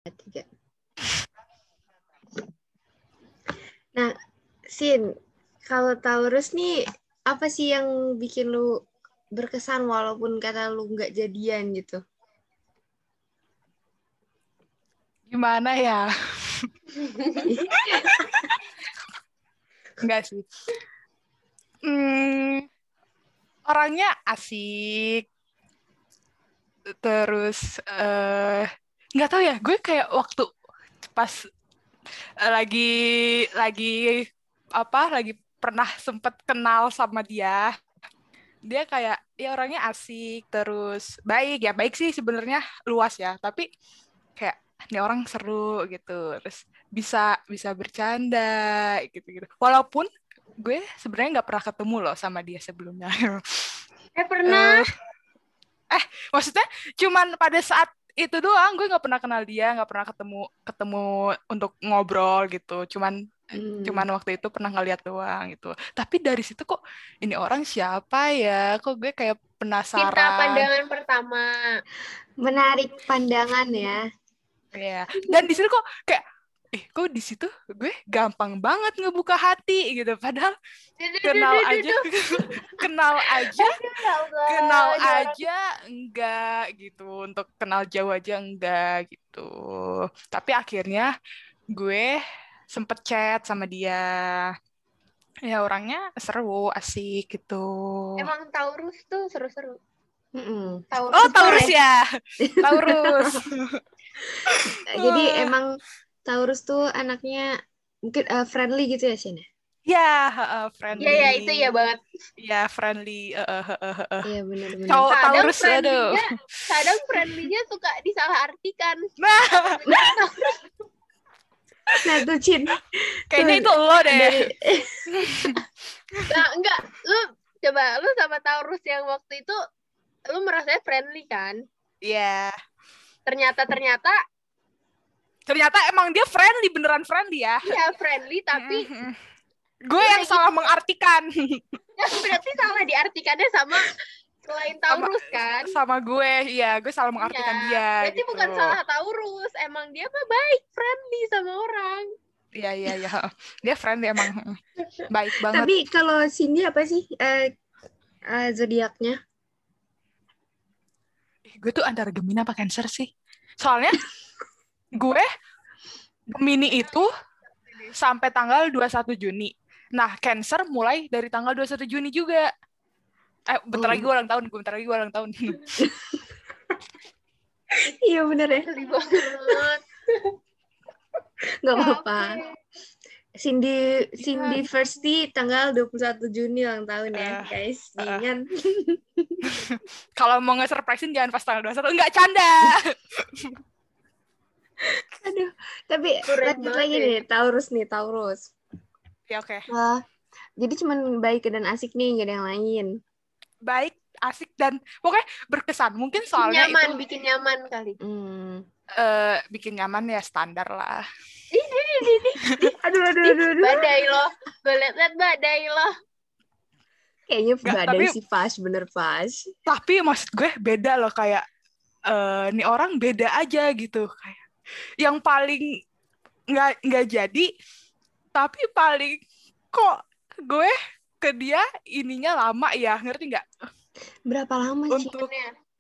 Tiga. Nah, Sin, kalau Taurus nih, apa sih yang bikin lu berkesan walaupun kata lu nggak jadian gitu? Gimana ya? Enggak sih. Orangnya asik. Terus nggak tahu ya. Gue kayak waktu pas lagi lagi lagi pernah sempet kenal sama dia. Dia kayak ya orangnya asik, terus baik ya, baik sih sebenarnya luas ya, tapi kayak ini orang seru gitu, terus bisa bisa bercanda gitu gitu, walaupun gue sebenarnya nggak pernah ketemu loh sama dia sebelumnya. Pernah. Eh, Maksudnya cuman pada saat itu doang, gue nggak pernah kenal dia, nggak pernah ketemu ketemu untuk ngobrol gitu, cuman cuman waktu itu pernah ngeliat doang gitu. Tapi dari situ kok ini orang siapa ya? Kok gue kayak Cinta penasaran. pandangan pertama. Menarik pandangan ya. Ya. Dan di situ kok kayak kok di situ gue gampang banget ngebuka hati gitu. Padahal kenal aja kenal aja Ya Allah, kenal ini orang. aja enggak gitu. Untuk kenal jauh aja enggak gitu. Tapi akhirnya gue sempet chat sama dia. Ya orangnya seru, asik gitu. Emang Taurus tuh seru-seru. Taurus. Oh, Super Taurus ya. ya. Taurus. Jadi emang Taurus tuh anaknya mungkin friendly gitu ya, Sin? Ya, Iya ya, itu ya friendly. banget. Ya, friendly. Iya benar-benar. Cowok Taurus, aduh. Kadang friendly-nya suka disalahartikan. Nah, Nah tuh Cin, kayaknya tuh itu lo deh. dari Nah, enggak, lu sama Taurus yang waktu itu lu merasanya friendly kan? Iya. Ternyata Ternyata emang dia friendly, beneran friendly ya. iya friendly, tapi Gue ya yang udah salah gitu. mengartikan. Berarti salah diartikannya sama selain Taurus kan? Sama gue, iya, gue salah Iya, mengartikan dia berarti gitu. bukan salah Taurus, emang dia mah baik, friendly sama orang. Iya, iya, iya. Dia friendly emang. Baik banget. tapi kalau Cindy apa sih zodiaknya? Gue tuh antara Gemini apa Cancer sih. Soalnya gue Gemini itu sampai tanggal 21 Juni. Nah, Cancer mulai dari tanggal 21 Juni juga. Bentar lagi gue ulang tahun. Bentar lagi gue ulang tahun. Iya bener ya. Geli banget. Nggak apa-apa. Cindy Firsty tanggal 21 Juni ulang tahun ya, guys. Diingat. Kalau mau nge-surprisein jangan pas tanggal 21. Enggak, canda. Aduh, tapi lanjut lagi nih, Taurus. Ya, oke. Jadi cuman baik dan asik nih, gak ada yang lain. Baik, asik, dan pokoknya berkesan. Mungkin soalnya Bikin nyaman kali. bikin nyaman ya standar lah. Aduh. Badai loh. Gue liat badai loh. Kayaknya badai tapi, sih bener pas. Tapi maksud gue beda loh, kayak nih orang beda aja gitu. Kayak yang paling nggak jadi, tapi paling kok gue ke dia ininya lama ya, ngerti nggak? Berapa lama sih? Untuk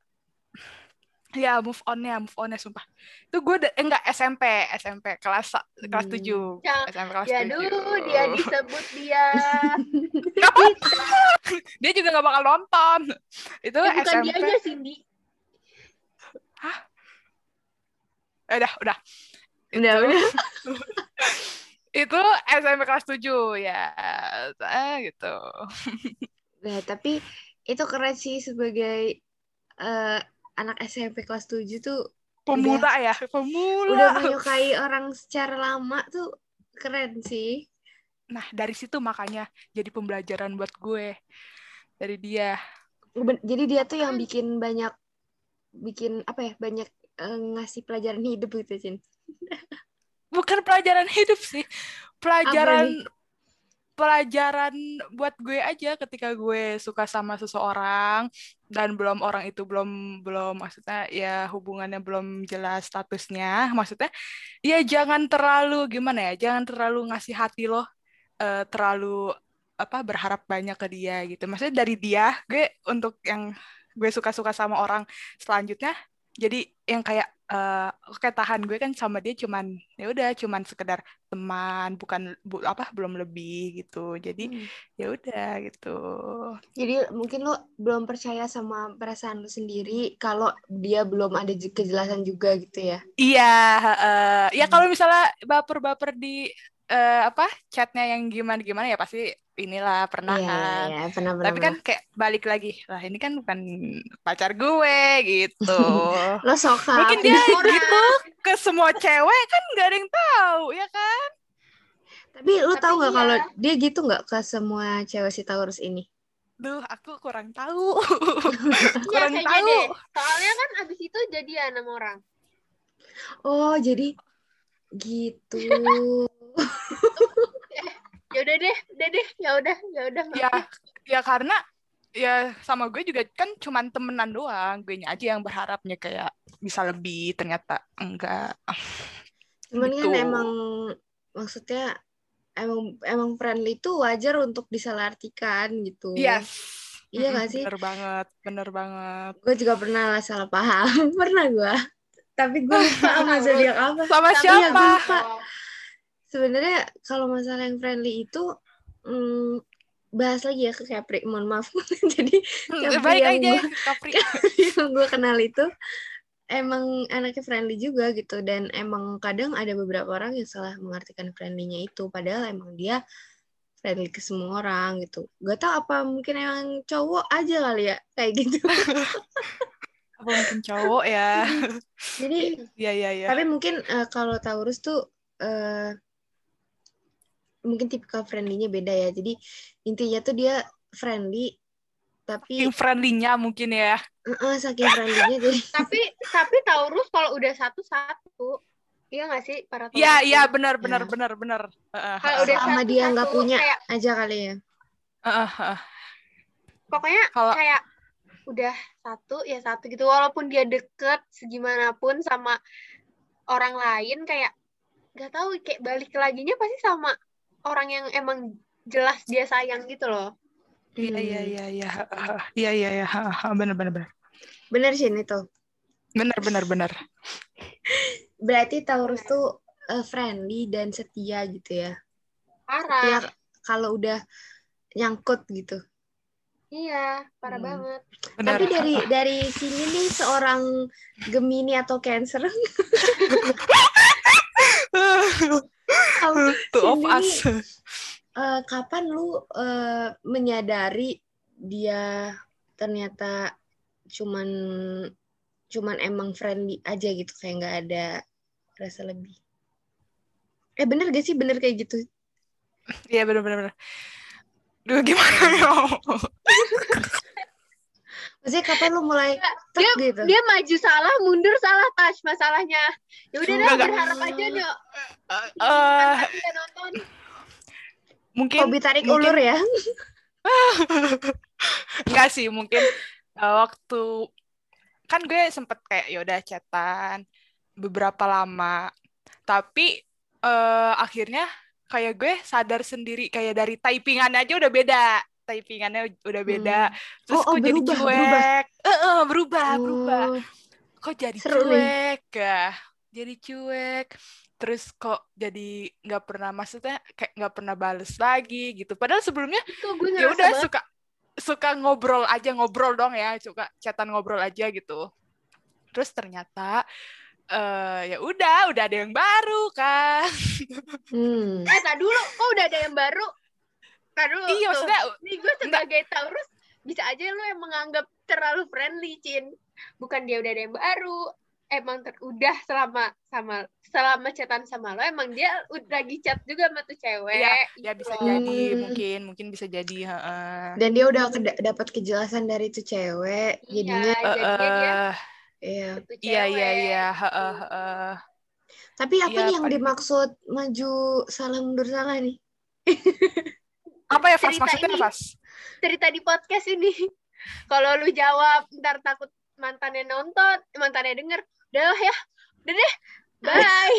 ya move onnya sumpah. Itu gue enggak SMP kelas 7. SMP kelas 7. Dia disebut dia. Nggak apa-apa. Dia juga nggak bakal nonton. Itu Bukan SMP. dianya, Cindy. Hah? Udah. Udah. Itu SMP kelas 7 ya. Gitu. Nah, tapi itu keren sih sebagai anak SMP kelas 7 tuh Pemula. Udah menyukai orang secara lama tuh keren sih. Nah, dari situ makanya jadi pembelajaran buat gue. Dari dia. Jadi dia tuh yang bikin apa ya, banyak ngasih pelajaran hidup gitu, Cin. Bukan pelajaran hidup sih. Pelajaran pelajaran buat gue aja ketika gue suka sama seseorang dan orang itu belum belum maksudnya ya hubungannya belum jelas statusnya, maksudnya ya jangan terlalu gimana ya, jangan terlalu ngasih hati loh, terlalu berharap banyak ke dia gitu. Maksudnya dari dia gue untuk yang gue suka-suka sama orang selanjutnya jadi yang kayak oke, tahan, gue kan sama dia cuman ya udah cuman sekedar teman, bukan belum lebih gitu. Jadi ya udah gitu. Jadi mungkin lu belum percaya sama perasaan lu sendiri kalau dia belum ada kejelasan juga gitu ya. Iya, ya kalau misalnya baper-baper di chatnya yang gimana-gimana ya pasti inilah pernah kan. Iya, pernah. Tapi kan kayak balik lagi, lah ini kan bukan pacar gue gitu. Lo sokap. Mungkin dia gitu ke semua cewek kan nggak ada yang tahu ya kan. Tapi lu tahu nggak iya. kalau dia gitu nggak ke semua cewek si Taurus ini? Duh, aku kurang tahu. Iya, kayaknya deh. Soalnya kan abis itu jadian sama orang. Oh, jadi gitu. Ya udah deh, ya udah. Ya karena ya sama gue juga kan cuman temenan doang, gue aja yang berharapnya kayak bisa lebih, ternyata enggak. Cuman gitu. kan emang maksudnya emang friendly itu wajar untuk disalahartikan gitu. Yes. Iya gak sih? Bener banget. Gue juga pernah lah salah paham. Pernah gue. Tapi gue lupa sama zodiak apa. Sama siapa? Iya, gue lupa. Sebenarnya kalau masalah yang friendly itu bahas lagi ya ke Capri. Mohon maaf. Jadi Capri yang gue kenal itu emang anaknya friendly juga gitu, dan emang kadang ada beberapa orang yang salah mengartikan friendly-nya itu, padahal emang dia friendly ke semua orang gitu. Gak tau apa mungkin emang cowok aja kali ya kayak gitu. Apa mungkin cowok ya. Jadi ya. Tapi mungkin kalau Taurus tuh mungkin tipikal friendly-nya beda ya. Jadi intinya tuh dia friendly tapi saking friendly-nya mungkin ya. Saking friendly-nya jadi. tapi Taurus kalau udah satu iya nggak sih para Taurus? Iya benar. Kalau udah sama satu, dia nggak punya kayak, aja kali ya. Pokoknya kayak udah satu gitu, walaupun dia deket segimanapun sama orang lain, kayak nggak tahu, kayak balik laginya pasti sama orang yang emang jelas dia sayang gitu loh. Iya. Benar. Benar sih itu. Benar. Berarti Taurus tuh friendly dan setia gitu ya. Parah. Setia kalau udah nyangkut gitu. Iya, parah banget. Benar. Tapi dari sini nih seorang Gemini atau Cancer. Two of us. Kapan lu menyadari dia ternyata cuman emang friendly aja gitu, kayak nggak ada rasa lebih? Bener gak sih, bener kayak gitu? Iya bener. Duh, gimana ya? Maksudnya kapan lu mulai gitu? Dia maju salah, mundur salah, Tash masalahnya. Ya udah dah, berharap aja nih. Nonton. Mungkin hobi tarik ulur ya? Enggak sih, mungkin waktu kan gue sempet kayak yaudah chatan beberapa lama, tapi akhirnya kayak gue sadar sendiri, kayak dari typingannya aja udah beda. Terus kok jadi cuek. Berubah. Kok jadi cuek ya? Jadi cuek. Terus kok jadi nggak pernah, maksudnya kayak nggak pernah bales lagi gitu. Padahal sebelumnya ya udah suka ngobrol dong ya, suka chatan ngobrol aja gitu. Terus ternyata ya udah ada yang baru kan. Tak dulu, kok udah ada yang baru? Iya, maksudnya nih gue sebagai Taurus bisa aja lu yang menganggap terlalu friendly, Cin. Bukan dia udah ada yang baru, emang udah selama chatan sama lo, emang dia lagi chat juga sama tuh cewek. Ya bisa jadi, mungkin bisa jadi. Dan dia udah dapat kejelasan dari tuh cewek, jadinya dia iya. Tapi apa nih yang dimaksud maju salah mundur salah nih? Apa ya, Fas? Cerita Maksudnya, ini, Fas? cerita di podcast ini. Kalau lu jawab, ntar takut mantannya nonton, mantannya denger. Udah lah ya, udah deh, bye.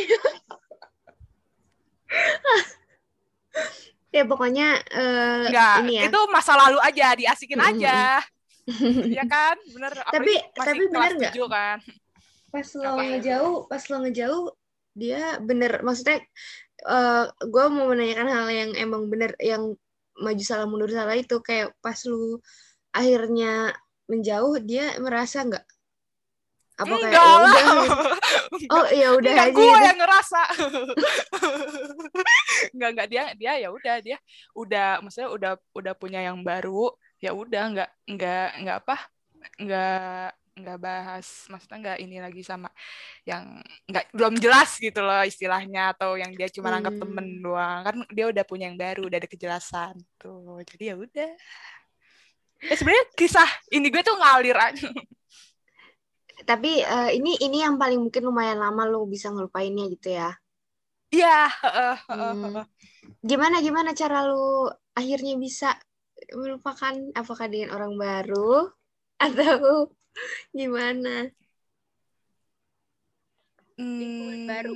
Ya pokoknya Enggak, ini ya. itu masa lalu aja, diasikin aja. Ya kan? Bener, Tapi masih bener kelas nggak? 7 kan. Pas lo Apa? ngejauh, dia bener. Maksudnya gue mau menanyakan hal yang emang bener, yang maju salah mundur salah itu, kayak pas lu akhirnya menjauh, dia merasa nggak? Apa kayak Enggak ya lah. udah gitu? Oh ya udah Enggak, aja gue gitu. yang ngerasa. Enggak dia ya udah, dia maksudnya udah punya yang baru, ya udah enggak apa? Enggak bahas, maksudnya enggak ini lagi sama yang enggak, belum jelas gitu loh istilahnya, atau yang dia cuma anggap temen doang. Kan dia udah punya yang baru, udah ada kejelasan tuh. Jadi ya udah. Ya sebenarnya kisah ini gue tuh ngalir aja. Tapi ini yang paling mungkin lumayan lama lo bisa ngelupainnya gitu ya. Iya, Gimana cara lu akhirnya bisa melupakan? Apakah dengan orang baru atau gimana? Lingkungan baru.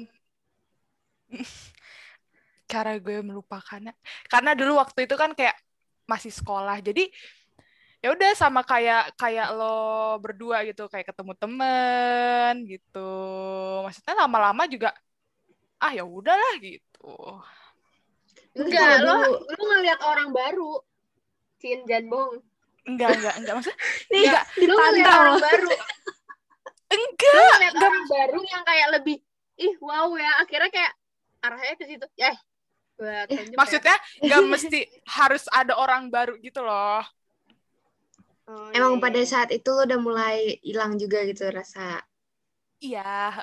Cara gue melupakannya, karena dulu waktu itu kan kayak masih sekolah, jadi ya udah sama kayak lo berdua gitu, kayak ketemu temen gitu, maksudnya lama-lama juga ya udahlah gitu. Enggak, lo ngeliat orang baru. Cin, jangan bohong. Enggak maksudnya Nih, enggak, Lo ngeliat orang baru. enggak, Lo ngeliat orang baru yang kayak lebih, wow ya, akhirnya kayak arahnya ke situ. Maksudnya nggak mesti harus ada orang baru gitu loh. Emang pada saat itu lo udah mulai hilang juga gitu rasa. Iya,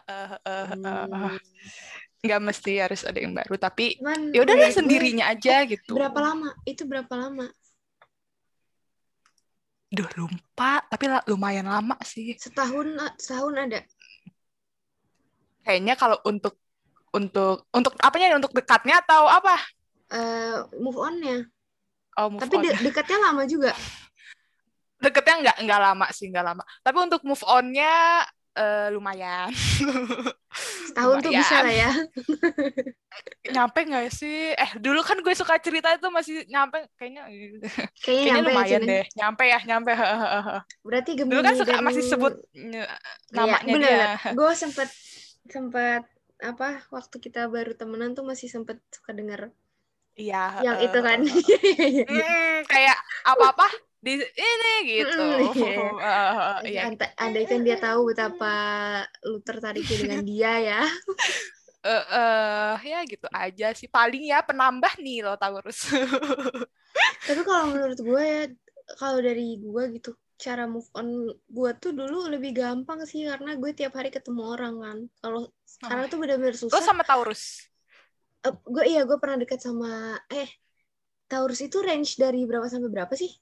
nggak mesti harus ada yang baru, tapi ya udah sendirinya aja gitu. Berapa lama? Itu berapa lama? Duh, lupa, tapi lumayan lama sih. Setahun ada. Kayaknya kalau untuk apanya? Untuk dekatnya atau apa? Move on-nya. Move tapi on. Dekatnya lama juga. Dekatnya nggak lama sih, nggak lama. Tapi untuk move on-nya lumayan. Setahun lumayan. Tuh bisa lah ya. Nyampe nggak sih? Dulu kan gue suka cerita itu masih nyampe, kayaknya lumayan deh. Nyampe. Berarti Gemini dulu kan suka masih sebut namanya dia. Gue sempet apa, waktu kita baru temenan tuh masih sempet suka denger. Iya. Yang itu kan. Kayak apa-apa di ini gitu. Andai kan dia tahu betapa lu tertariknya dengan dia ya. Ya gitu aja sih, paling ya penambah nih lo Taurus. Tapi kalau menurut gue ya, kalau dari gue gitu, cara move on gue tuh dulu lebih gampang sih, karena gue tiap hari ketemu orang kan. Kalau sekarang tuh benar-benar susah. Lo sama Taurus? Gue pernah dekat sama Taurus itu range dari berapa sampai berapa sih?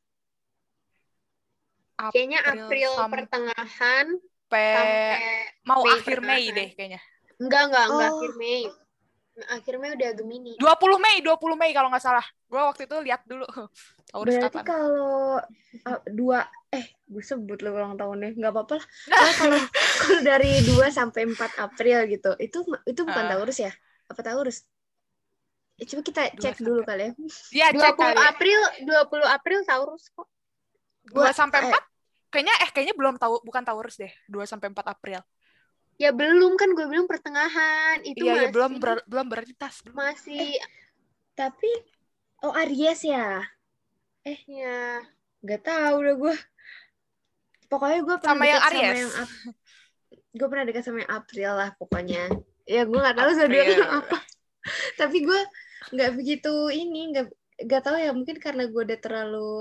Kayaknya April pertengahan sampai mau akhir Mei deh kayaknya. Enggak, akhir Mei. Akhir Mei udah Gemini. 20 Mei kalau nggak salah. Gue waktu itu lihat dulu. Taurus berarti kapan? Kalau gue sebut lo ulang tahunnya, nggak apa-apa lah. Kalau dari 2 sampai 4 April gitu, itu bukan Taurus ya? Apa Taurus? Coba kita cek dulu kali ya. Iya, 20 April Taurus kok. 2 sampai 4? Kayaknya bukan Taurus deh. 2 sampai 4 April. Ya belum, kan gue bilang pertengahan. Itu iya, masih. belum berarti tas. Masih. Tapi Aries ya? Ya. Gak tahu udah gue. Pokoknya gue pernah dekat sama yang gue pernah dekat sama yang April lah pokoknya. Ya gue nggak tahu zodiaknya apa. Tapi gue nggak begitu nggak tahu ya, mungkin karena gue udah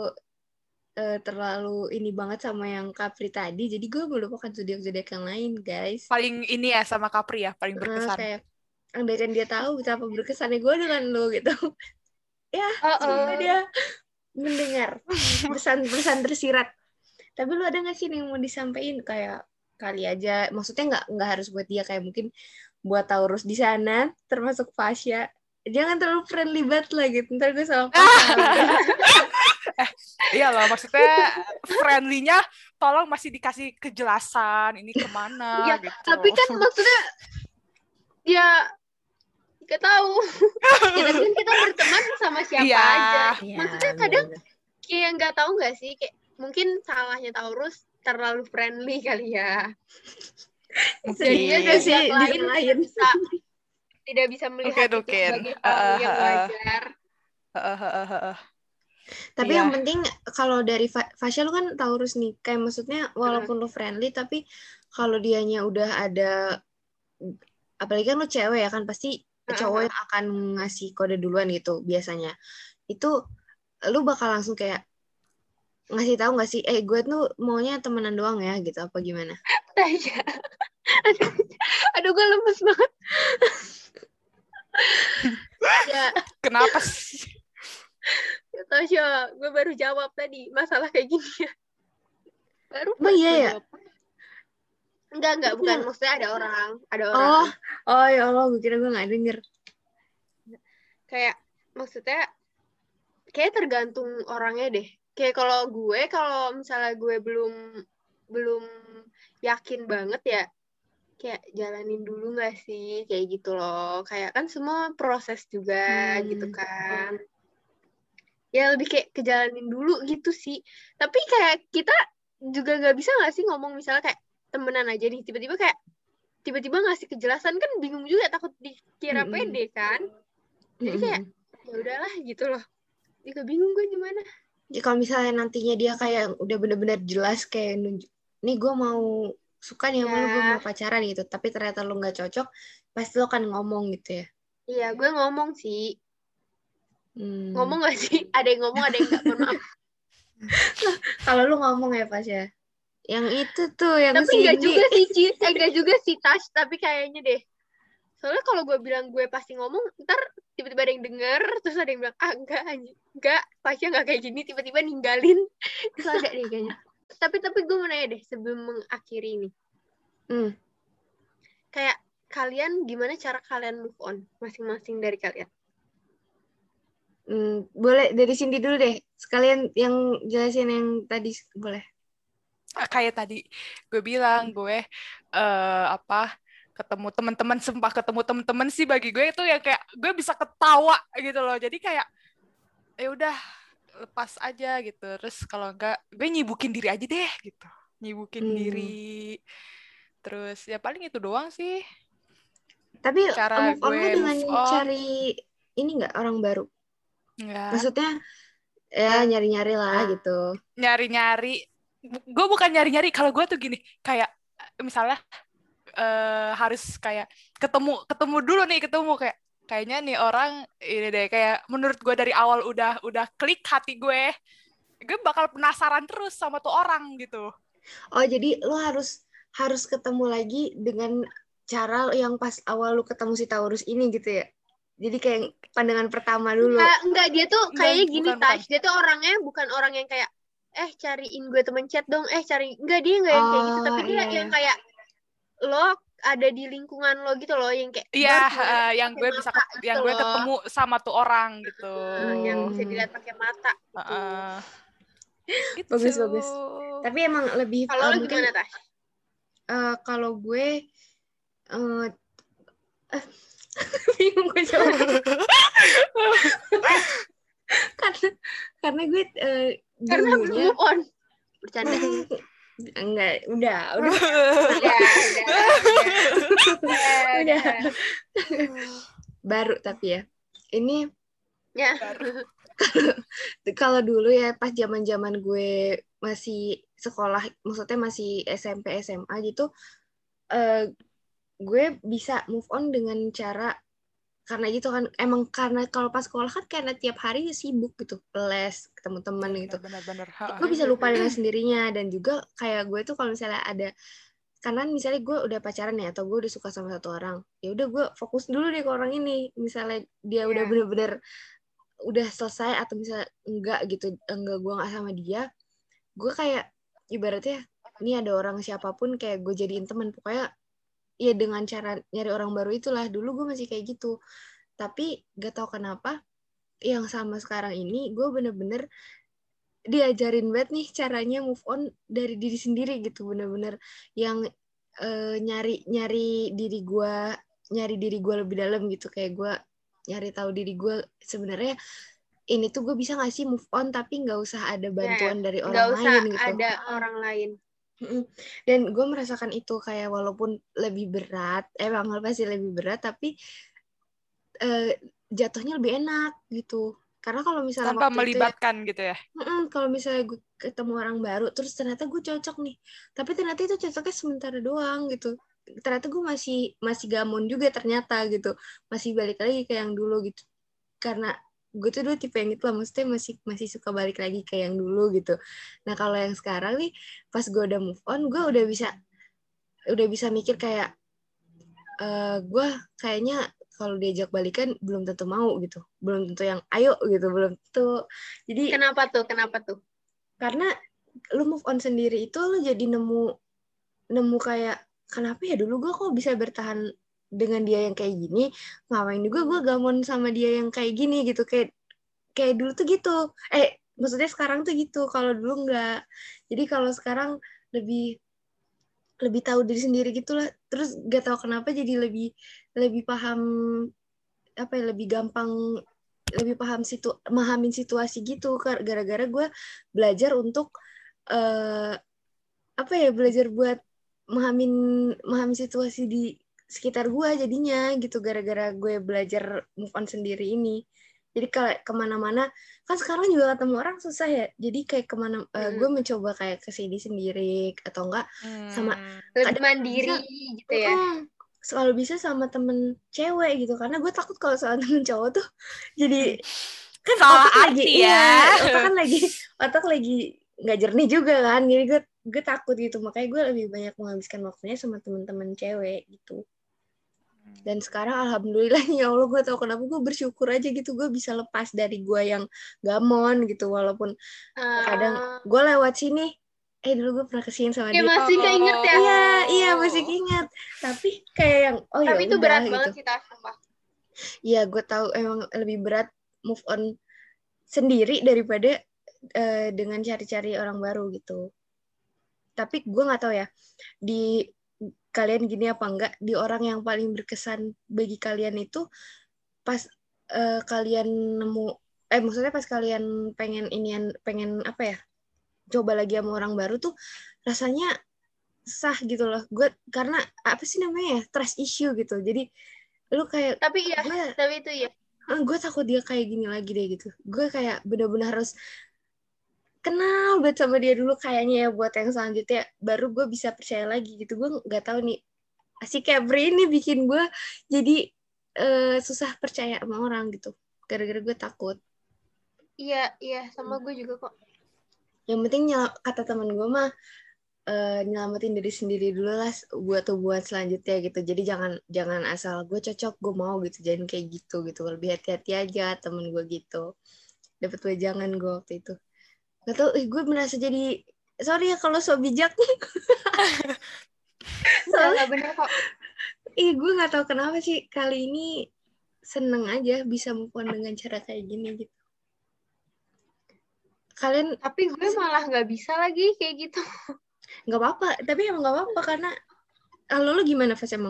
terlalu ini banget sama yang Capri tadi, jadi gue melupakan zodiak yang lain, guys. Paling ini ya sama Capri ya, paling berkesan. Kayak andai kan dia tahu betapa berkesannya gue dengan lo gitu. Ya, dia mendengar pesan tersirat. Tapi lu ada nggak sih yang mau disampaikan, kayak kali aja, maksudnya nggak harus buat dia, kayak mungkin buat Taurus di sana, termasuk Fasya jangan terlalu friendly banget lah gitu, ntar gue salah paham. Iya loh, maksudnya friendly-nya tolong masih dikasih kejelasan ini kemana Ya, gitu. tapi kan maksudnya ya gak tahu. Ya, tapi kan kita berteman sama siapa Iya. aja. Iya, Maksudnya kadang bener-bener. kayak nggak tahu nggak sih, kayak mungkin salahnya Taurus terlalu friendly kali ya. Jadinya Mungkin. dari sih pihak lain disalahin. tidak bisa melihat itu Mungkin. sebagai hal yang wajar. Tapi Iya. yang penting kalau dari Fasya lu kan Taurus nih, kayak maksudnya walaupun lu friendly tapi kalau dianya udah ada, apalagi kan lu cewek ya kan, pasti cowok yang akan ngasih kode duluan gitu biasanya. Itu lu bakal langsung kayak ngasih tahu nggak sih, gue tuh maunya temenan doang ya gitu, apa gimana? Tasya. Aduh, gue lemes banget. Ya, Kenapa sih? Tasya, gue baru jawab tadi masalah kayak gini ya. Baru Emang iya ya? jawab. Enggak, Tapi bukan. yang- Maksudnya ada orang. Oh ya Allah, gue kira gue nggak denger. Kayak, maksudnya, kayak tergantung orangnya deh. Kayak kalau misalnya gue belum yakin banget ya, kayak jalanin dulu nggak sih, kayak gitu loh. Kayak kan semua proses juga gitu kan. Ya lebih kayak kejalanin dulu gitu sih. Tapi kayak kita juga nggak bisa nggak sih ngomong misalnya kayak temenan aja nih, tiba-tiba ngasih kejelasan, kan bingung juga, takut dikira pede kan. Jadi kayak ya udahlah gitu loh. Juga bingung gue gimana. Ya, kalau misalnya nantinya dia kayak udah bener-bener jelas kayak nunjuk, nih gue mau suka nih sama lu, gue mau pacaran gitu, tapi ternyata lu nggak cocok, pasti lo akan ngomong gitu ya. Iya, gue ngomong sih. Ngomong gak sih? Ada yang ngomong, ada yang enggak, mohon maaf. Kalau lu ngomong ya pas ya, yang itu tuh yang Tapi enggak juga sih, enggak juga sih, Tash, tapi kayaknya deh. Soalnya kalau gue bilang gue pasti ngomong, ntar tiba-tiba ada yang denger, terus ada yang bilang, enggak, Pasnya enggak kayak gini, tiba-tiba ninggalin. Itu ada deh kayaknya. Tapi gue mau nanya deh, sebelum mengakhiri ini. Kayak, kalian, gimana cara kalian move on? Masing-masing dari kalian. Boleh dari Cindy dulu deh, sekalian yang jelasin yang tadi, boleh. Kayak tadi gue bilang, gue ketemu teman-teman, sumpah ketemu teman-teman sih bagi gue itu ya kayak gue bisa ketawa gitu loh. Jadi kayak ya udah lepas aja gitu. Terus kalau enggak gue nyibukin diri aja deh gitu. Nyibukin diri. Terus ya paling itu doang sih. Tapi cara move on gue lu dengan move on. cari ini nggak orang baru? Enggak. Maksudnya ya nyari-nyari lah gitu. Nyari-nyari. Gue bukan nyari-nyari, kalau gue tuh gini, kayak misalnya harus kayak ketemu dulu nih, kayak kayaknya nih orang ini deh, kayak menurut gue dari awal udah klik hati gue bakal penasaran terus sama tuh orang gitu. Oh, jadi lo harus ketemu lagi dengan cara yang pas awal lo ketemu si Taurus ini gitu ya. Jadi kayak pandangan pertama dulu. Enggak, dia tuh kayaknya gini, bukan. Tash. Dia tuh orangnya bukan orang yang kayak cariin gue temen chat dong, enggak, dia enggak yang kayak gitu, tapi dia yang kayak lo ada di lingkungan lo gitu loh, yang kayak yang gue bisa gitu yang gue loh. ketemu sama tuh orang gitu. Yang bisa dilihat pakai mata gitu. Gitu. Bagus. Tapi emang lebih kalau lo gimana, Tash? Kalau gue bingung gue jawab. karena gue karena belum move on. Bercanda. Enggak, udah. Udah. Baru tapi ya. Ini ya. Kalau dulu ya pas zaman-zaman gue masih sekolah, maksudnya masih SMP SMA gitu, gue bisa move on dengan cara, karena gitu kan, emang karena kalau pas sekolah kan karena tiap hari sibuk gitu, les, ketemu teman gitu. Benar. Gue bisa lupa dengan sendirinya. Dan juga kayak gue tuh kalau misalnya ada, karena misalnya gue udah pacaran ya, atau gue udah suka sama satu orang, ya udah gue fokus dulu deh ke orang ini. Misalnya dia udah bener-bener udah selesai, atau misalnya enggak gitu, gue nggak sama dia, gue kayak ibaratnya ini ada orang siapapun kayak gue jadiin teman, pokoknya ya dengan cara nyari orang baru itulah. Dulu gue masih kayak gitu. Tapi gak tahu kenapa yang sama sekarang ini gue bener-bener diajarin banget nih caranya move on dari diri sendiri gitu, bener-bener yang nyari diri gue lebih dalam gitu, kayak gue nyari tahu diri gue sebenarnya ini tuh gue bisa nggak sih move on tapi nggak usah ada bantuan dari orang lain gitu. Nggak usah ada orang lain. Dan gue merasakan itu kayak walaupun lebih berat, emang pasti lebih berat, tapi jatuhnya lebih enak gitu. Karena kalau misalnya tanpa waktu melibatkan itu gitu ya. Kalau misalnya gue ketemu orang baru, terus ternyata gue cocok nih, tapi ternyata itu cocoknya sementara doang gitu. Ternyata gue masih gamon juga ternyata gitu, masih balik lagi ke yang dulu gitu. Karena gue tuh dulu tipe yang itu lah, maksudnya masih suka balik lagi ke yang dulu gitu. Nah kalau yang sekarang nih, pas gue udah move on, gue udah bisa mikir kayak gue kayaknya kalau diajak balikan belum tentu mau gitu, belum tentu yang ayo gitu, belum tentu. Jadi kenapa tuh? Karena lu move on sendiri itu lu jadi nemu kayak kenapa ya dulu gue kok bisa bertahan dengan dia yang kayak gini, ngapain juga gue gamon sama dia yang kayak gini gitu, kayak dulu tuh gitu, maksudnya sekarang tuh gitu, kalau dulu enggak. Jadi kalau sekarang lebih tahu diri sendiri gitulah, terus gak tahu kenapa jadi lebih paham apa ya, lebih gampang, lebih paham mahamin situasi gitu, gara-gara gue belajar untuk belajar buat memahami situasi di sekitar gue jadinya gitu, gara-gara gue belajar move on sendiri ini. Jadi kalau kemana-mana kan sekarang juga ketemu orang susah ya, jadi kayak kemana gue mencoba kayak kesini sendiri atau enggak sama lebih mandiri gitu ya. Kalau bisa sama temen cewek gitu, karena gue takut kalau sama temen cowok tuh jadi kan salah otak arti lagi, ya. otak lagi nggak jernih juga kan, jadi gue takut gitu, makanya gue lebih banyak menghabiskan waktunya sama temen-temen cewek gitu. Dan sekarang alhamdulillah ya Allah, gue tau kenapa gue bersyukur aja gitu, gue bisa lepas dari gue yang gamon gitu, walaupun kadang gue lewat sini dulu gue pernah kesini sama dia, masih keinget ya. Iya masih keinget, tapi kayak yang tapi ya itu udah berat gitu. banget sih, sumpah. Iya gue tahu emang lebih berat move on sendiri daripada dengan cari-cari orang baru gitu. Tapi gue nggak tahu ya di kalian gini apa enggak, di orang yang paling berkesan bagi kalian itu pas kalian nemu maksudnya pas kalian pengen apa ya, coba lagi sama orang baru tuh rasanya sah gitu loh. Gue karena apa sih namanya ya, trust issue gitu, jadi lu kayak tapi itu ya gue takut dia kayak gini lagi deh gitu. Gue kayak benar-benar harus kenal banget sama dia dulu kayaknya ya, buat yang selanjutnya baru gue bisa percaya lagi gitu. Gue nggak tahu nih, si Capri ini bikin gue jadi susah percaya sama orang gitu, gara-gara gue takut. Iya sama gue juga kok. Yang penting kata teman gue mah nyelamatin diri sendiri dulu lah buat hubungan selanjutnya gitu. Jadi jangan asal gue cocok gue mau gitu, jangan kayak gitu, lebih hati-hati aja. Temen gue gitu dapat wejangan gue waktu itu, nggak tau gue merasa jadi sorry ya kalau so bijak. Nggak bener kok. Gue nggak tahu kenapa sih kali ini seneng aja bisa move on dengan cara kayak gini gitu. Kalian tapi gue malah nggak bisa lagi kayak gitu. Nggak apa-apa, tapi emang nggak apa-apa karena lo gimana Fas emang?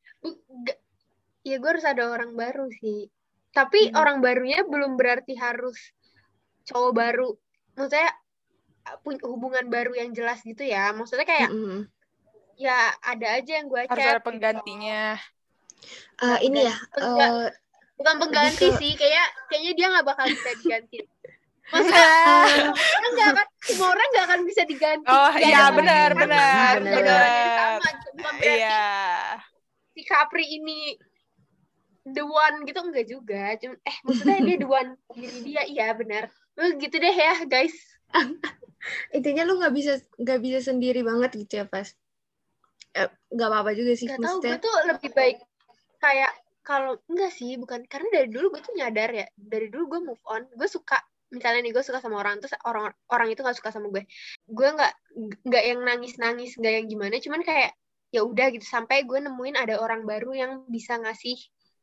Ya gue harus ada orang baru sih, tapi orang barunya belum berarti harus cowok baru, maksudnya punya hubungan baru yang jelas gitu ya, maksudnya kayak ya ada aja yang gue chat. Harus ada penggantinya. Ini ya bukan pengganti sih, kayaknya dia nggak bakal bisa diganti. Maksudnya semua orang nggak akan bisa diganti. Oh iya benar. Sama, bukan berarti iya. si Capri ini the one gitu, enggak juga. Cuma maksudnya dia the one diri dia, iya benar. Gitu deh ya guys. Intinya lu nggak bisa sendiri banget gitu ya Pas. Nggak apa-apa juga sih. Nggak tahu, gue tuh lebih baik kayak kalau enggak sih, bukan karena dari dulu gue tuh nyadar ya, dari dulu gue move on, gue suka. Misalnya nih gue suka sama orang, terus orang itu nggak suka sama gue nggak yang nangis nggak yang gimana, cuman kayak ya udah gitu, sampai gue nemuin ada orang baru yang bisa ngasih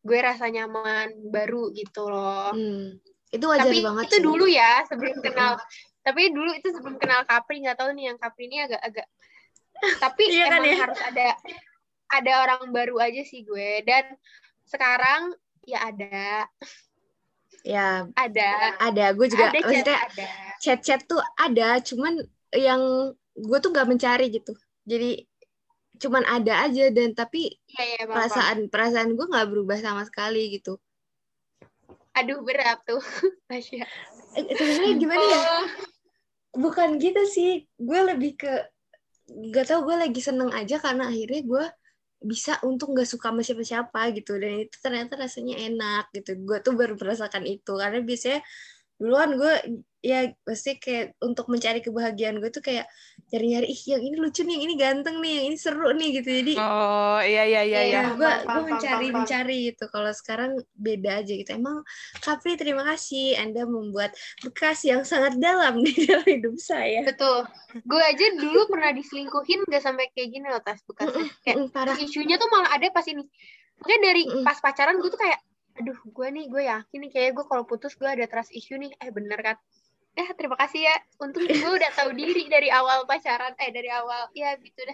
gue rasa nyaman baru gitu loh. Itu wajar tapi banget itu sih. dulu ya sebelum kenal. Tapi dulu itu sebelum kenal Capri, nggak tahu nih yang Capri ini agak tapi Iya kan emang ya? harus ada orang baru aja sih gue. Dan sekarang ya ada. Ya, Ada. Gue juga Ada maksudnya ada. chat tuh ada, cuman yang gue tuh nggak mencari gitu. Jadi cuman ada aja dan tapi Ya, perasaan gue nggak berubah sama sekali gitu. Aduh, berat tuh. Tasya. Sebenarnya gimana ya? Bukan gitu sih. Gue lebih ke gak tau, gue lagi seneng aja karena akhirnya gue bisa untuk gak suka sama siapa-siapa gitu, dan itu ternyata rasanya enak gitu. Gue tuh baru merasakan itu karena biasanya duluan gue ya pasti kayak untuk mencari kebahagiaan gue tuh kayak nyari-nyari, yang ini lucu nih, yang ini ganteng nih, yang ini seru nih gitu. Jadi iya. Gue mencari gitu. Kalau sekarang beda aja gitu. Emang Capri, terima kasih Anda membuat bekas yang sangat dalam di dalam hidup saya. Betul. Gue aja dulu pernah diselingkuhin gak sampai kayak gini loh, Tas, bekasnya. Kayak parah. Isunya tuh malah ada pas ini. Makanya dari pas pacaran gue tuh kayak, aduh gue yakin nih kayak gue kalau putus gue ada trust issue nih. Bener kan? Terima kasih ya. Untung gue udah tahu diri dari awal pacaran. Dari awal. Ya gitu dah.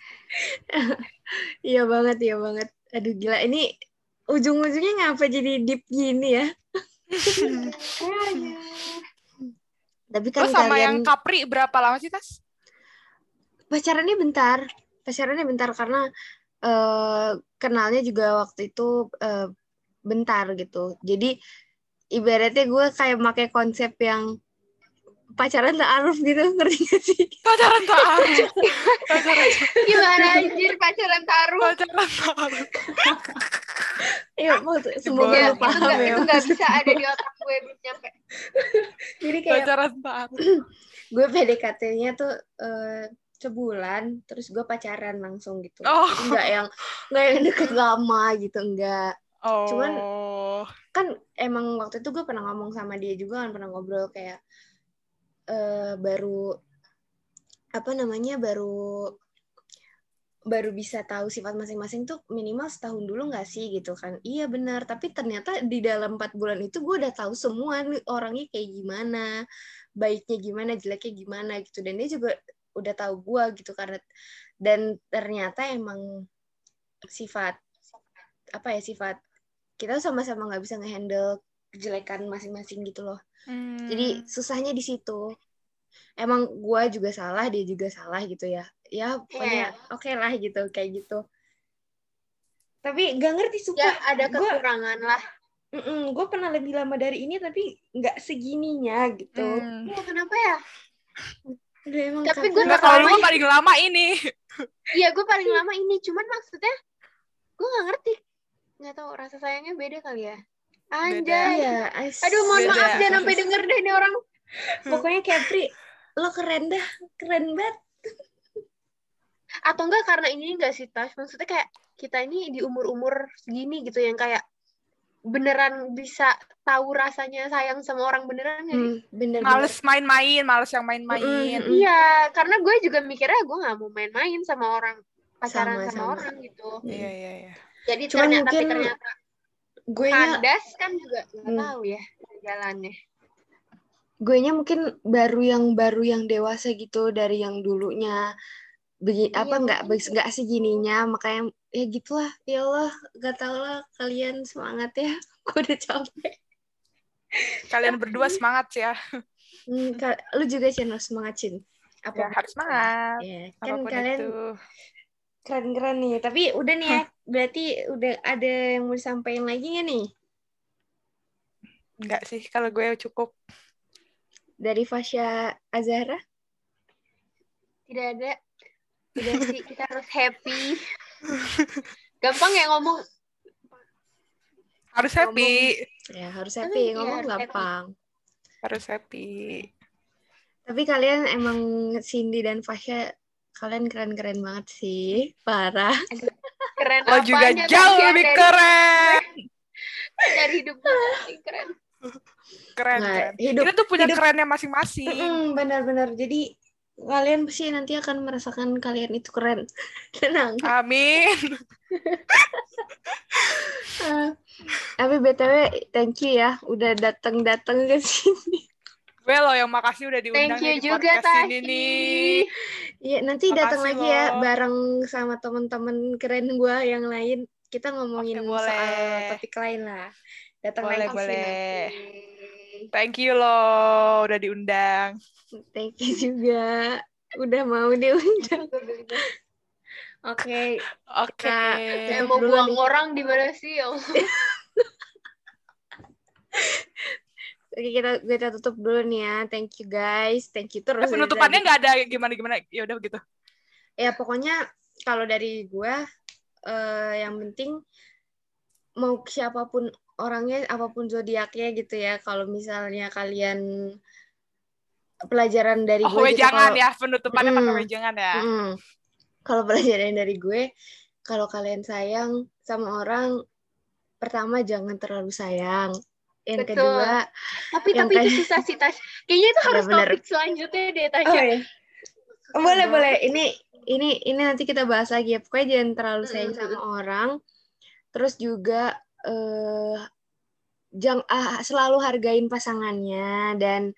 Iya banget. Aduh gila, ini ujung-ujungnya ngapa jadi deep gini ya? Tapi kan lo sama kalian yang Capri berapa lama sih, Tas? Pacarannya bentar karena kenalnya juga waktu itu bentar gitu. Jadi ibaratnya gue kayak pakai konsep yang pacaran ta'aruf gitu, ngerti gak sih? Pacaran ta'aruf. Gimana anjir pacaran ta'aruf? Ya, semoga lu paham ya. Itu gak bisa ada di otak gue, belum nyampe. Jadi kayak pacaran ta'aruf. Gue PDKT-nya tuh sebulan, terus gue pacaran langsung gitu. Jadi nggak yang deket lama gitu, enggak. Cuman kan emang waktu itu gue pernah ngomong sama dia juga kan, pernah ngobrol kayak baru bisa tahu sifat masing-masing tuh minimal setahun dulu nggak sih gitu kan. Iya benar, tapi ternyata di dalam 4 bulan itu gue udah tahu semua nih orangnya kayak gimana, baiknya gimana, jeleknya gimana gitu. Dan dia juga udah tahu gue gitu karena, dan ternyata emang sifat kita sama-sama nggak bisa ngehandle kejelekan masing-masing gitu loh. Jadi susahnya di situ. Emang gue juga salah, dia juga salah gitu ya. Ya pokoknya oke lah gitu, kayak gitu. Tapi gak ngerti suka. Ya ada kekurangan lah. Gue pernah lebih lama dari ini tapi gak segininya gitu. Kenapa ya? Tapi gue kalau lu paling lama ini. Iya, gue paling lama ini. Cuman maksudnya gue gak ngerti. Gak tahu, rasa sayangnya beda kali ya. Anjay. Ya, aduh, mohon maaf jangan sampai denger deh ini orang. Pokoknya Capri, lo keren banget. Atau enggak karena ini enggak sih, Tas? Maksudnya kayak kita ini di umur-umur segini gitu yang kayak beneran bisa tahu rasanya sayang sama orang beneran nggak sih? Males main-main, males yang main-main. Iya, karena gue juga mikirnya gue nggak mau main-main sama orang, pacaran sama orang gitu. Iya. Jadi ternyata gue kandas kan juga nggak tahu ya jalannya. Guenya mungkin baru yang dewasa gitu dari yang dulunya nggak segininya, makanya ya gitulah. Ya Allah, gak tau lah, kalian semangat ya. Gue udah capek. Kalian berdua semangat ya. Lu juga channel semangat, Cin. Ya, harus semangat. Ya, kan kalian keren-keren nih. Tapi udah nih ya, berarti udah ada yang mau disampaikan lagi nggak nih? Enggak sih, kalau gue cukup. Dari Fasya Azhara? Tidak ada. Udah sih, kita harus happy. Gampang ya ngomong. Harus happy. Ya, harus happy. Ngomong gampang. Harus happy. Tapi kalian emang, Cindy dan Fasya, kalian keren-keren banget sih. Parah. Keren apanya? Lo juga jauh lebih keren. Dari hidup gue keren. Keren. Kita tuh punya kerennya masing-masing. Benar-benar. Jadi kalian pasti nanti akan merasakan kalian itu keren. Tenang. Amin. Tapi BTW thank you ya udah datang ke sini. Gue loh yang makasih udah diundang Thank you di juga, podcast ini Tashi. nih. Iya, nanti datang Makasih lagi ya loh. bareng sama teman-teman keren gue yang lain. Kita ngomongin Oke, boleh. soal topik lain lah. Datang Boleh, lagi boleh. sini. Thank you loh udah diundang. Thank you juga udah mau diundang. Oke. Oke. Saya mau buang orang di mana sih? Oke, kita tutup dulu nih ya. Thank you guys. Thank you terus. Penutupannya nggak ada gimana-gimana. Ya udah begitu. Ya pokoknya kalau dari gue yang penting mau siapapun orangnya, apapun zodiaknya gitu ya. Kalau misalnya kalian pelajaran dari gue gitu. Jangan ya, penutupannya pakai jangan ya. Kalau pelajaran dari gue, kalau kalian sayang sama orang, pertama jangan terlalu sayang. Yang Betul. kedua, tapi itu susah sih, Tash. Kayaknya itu harus topik selanjutnya deh, Tasya. Oh, iya. Boleh. Ini nanti kita bahas lagi ya. Pokoknya jangan terlalu sayang sama orang. Terus juga selalu hargain pasangannya dan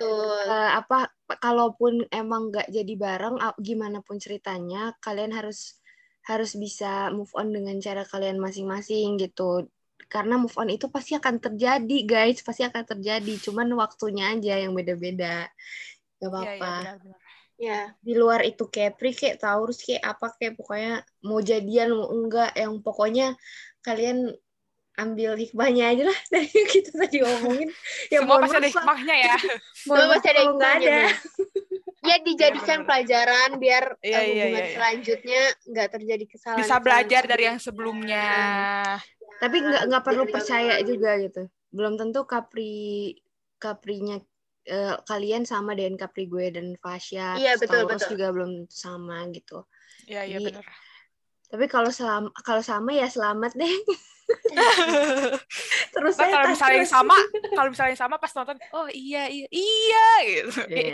kalaupun emang nggak jadi bareng, gimana pun ceritanya, kalian harus bisa move on dengan cara kalian masing-masing gitu. Karena move on itu pasti akan terjadi, guys. Pasti akan terjadi. Cuman waktunya aja yang beda-beda. Gak apa-apa. Ya. Di luar itu Capri, kayak Taurus, kayak apa, kayak pokoknya mau jadian, mau enggak. Yang pokoknya kalian ambil hikmahnya aja lah dari yang kita tadi omongin. Ya, semua pasti ada hikmahnya ya. Semua pasti ada hikmahnya. Ya dijadikan pelajaran biar hubungan selanjutnya nggak terjadi kesalahan. Bisa belajar dari yang sebelumnya. Tapi nggak perlu percaya juga gitu. Belum tentu Caprinya kalian sama dengan Capri gue dan Fasya. Iya, betul. juga belum tentu sama gitu. Iya benar. Tapi kalau sama ya selamat deh. Terus kalau misalnya sama pas nonton, oh iya gitu.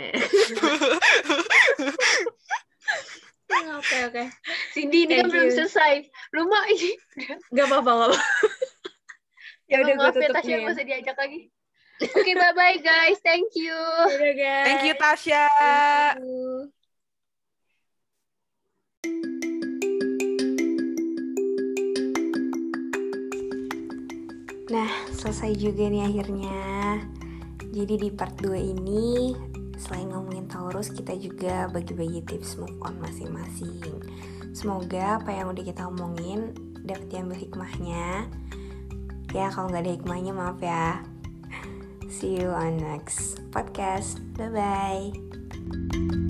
Oke. Cindy ini kan belum selesai. Lu mah ini. Gak apa-apa. Ya udah gue tutup Tasya, gue usah diajak lagi. Oke, bye-bye guys. Thank you. Guys. Thank you, Tasya. Nah, selesai juga nih akhirnya. Jadi di part 2 ini, selain ngomongin Taurus, kita juga bagi-bagi tips move on masing-masing. Semoga apa yang udah kita omongin dapat diambil hikmahnya. Ya, kalau nggak ada hikmahnya maaf ya. See you on next podcast. Bye-bye.